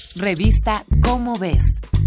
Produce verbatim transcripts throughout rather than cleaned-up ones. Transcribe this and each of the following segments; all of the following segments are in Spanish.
Revista Cómo Ves.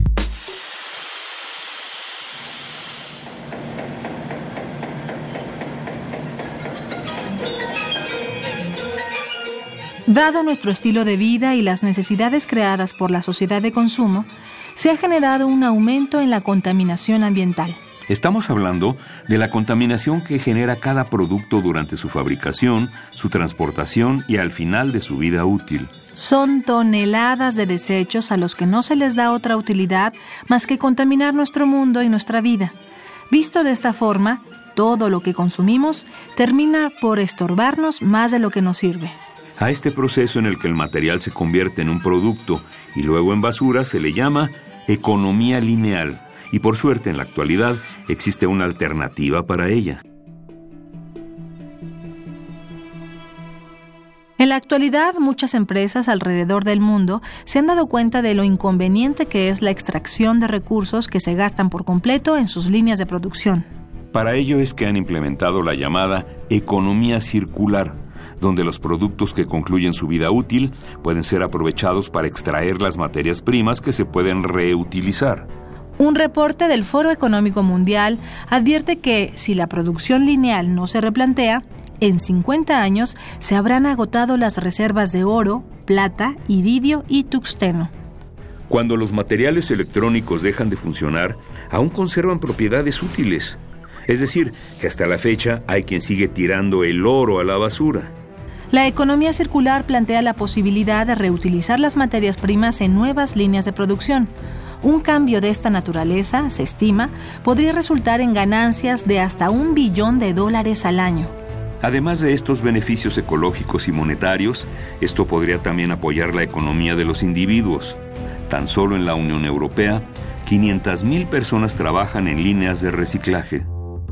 Dado nuestro estilo de vida y las necesidades creadas por la sociedad de consumo, se ha generado un aumento en la contaminación ambiental. Estamos hablando de la contaminación que genera cada producto durante su fabricación, su transportación y al final de su vida útil. Son toneladas de desechos a los que no se les da otra utilidad más que contaminar nuestro mundo y nuestra vida. Visto de esta forma, todo lo que consumimos termina por estorbarnos más de lo que nos sirve. A este proceso en el que el material se convierte en un producto y luego en basura se le llama economía lineal. Y por suerte, en la actualidad, existe una alternativa para ella. En la actualidad, muchas empresas alrededor del mundo se han dado cuenta de lo inconveniente que es la extracción de recursos que se gastan por completo en sus líneas de producción. Para ello es que han implementado la llamada economía circular, donde los productos que concluyen su vida útil pueden ser aprovechados para extraer las materias primas que se pueden reutilizar. Un reporte del Foro Económico Mundial advierte que, si la producción lineal no se replantea, en cincuenta años se habrán agotado las reservas de oro, plata, iridio y tuxteno. Cuando los materiales electrónicos dejan de funcionar, aún conservan propiedades útiles. Es decir, que hasta la fecha hay quien sigue tirando el oro a la basura. La economía circular plantea la posibilidad de reutilizar las materias primas en nuevas líneas de producción. Un cambio de esta naturaleza, se estima, podría resultar en ganancias de hasta un billón de dólares al año. Además de estos beneficios ecológicos y monetarios, esto podría también apoyar la economía de los individuos. Tan solo en la Unión Europea, quinientas mil personas trabajan en líneas de reciclaje.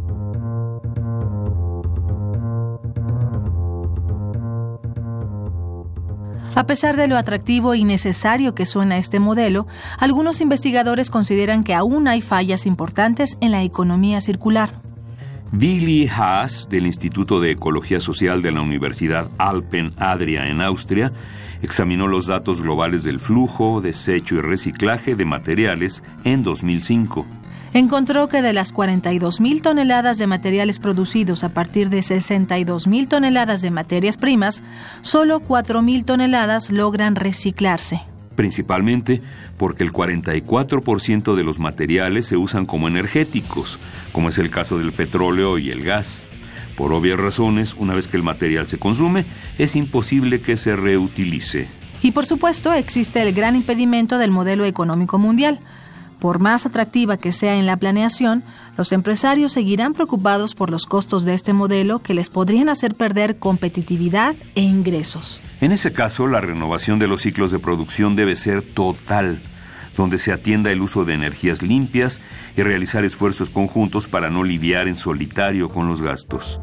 A pesar de lo atractivo y necesario que suena este modelo, algunos investigadores consideran que aún hay fallas importantes en la economía circular. Willi Haas, del Instituto de Ecología Social de la Universidad Alpen Adria en Austria, examinó los datos globales del flujo, desecho y reciclaje de materiales en dos mil cinco. Encontró que de las cuarenta y dos mil toneladas de materiales producidos a partir de sesenta y dos mil toneladas de materias primas, solo cuatro mil toneladas logran reciclarse. Principalmente porque el cuarenta y cuatro por ciento de los materiales se usan como energéticos, como es el caso del petróleo y el gas. Por obvias razones, una vez que el material se consume, es imposible que se reutilice. Y por supuesto, existe el gran impedimento del modelo económico mundial. Por más atractiva que sea en la planeación, los empresarios seguirán preocupados por los costos de este modelo que les podrían hacer perder competitividad e ingresos. En ese caso, la renovación de los ciclos de producción debe ser total, donde se atienda el uso de energías limpias y realizar esfuerzos conjuntos para no lidiar en solitario con los gastos.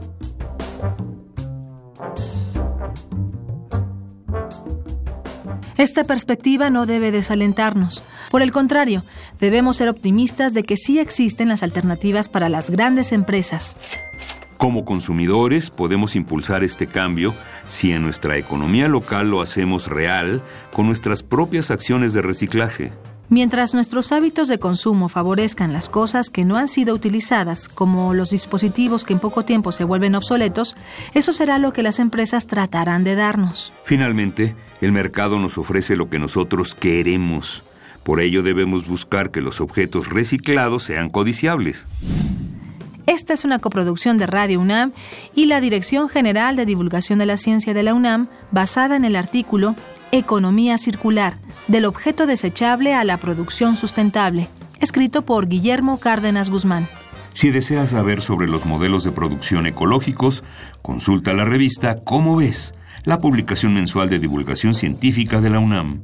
Esta perspectiva no debe desalentarnos. Por el contrario, debemos ser optimistas de que sí existen las alternativas para las grandes empresas. Como consumidores, podemos impulsar este cambio si en nuestra economía local lo hacemos real con nuestras propias acciones de reciclaje. Mientras nuestros hábitos de consumo favorezcan las cosas que no han sido utilizadas, como los dispositivos que en poco tiempo se vuelven obsoletos, eso será lo que las empresas tratarán de darnos. Finalmente, el mercado nos ofrece lo que nosotros queremos. Por ello debemos buscar que los objetos reciclados sean codiciables. Esta es una coproducción de Radio UNAM y la Dirección General de Divulgación de la Ciencia de la UNAM, basada en el artículo Economía Circular, del objeto desechable a la producción sustentable, escrito por Guillermo Cárdenas Guzmán. Si deseas saber sobre los modelos de producción ecológicos, consulta la revista Cómo Ves, la publicación mensual de divulgación científica de la UNAM.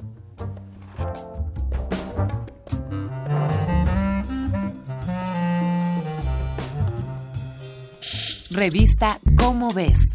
Revista Cómo Ves.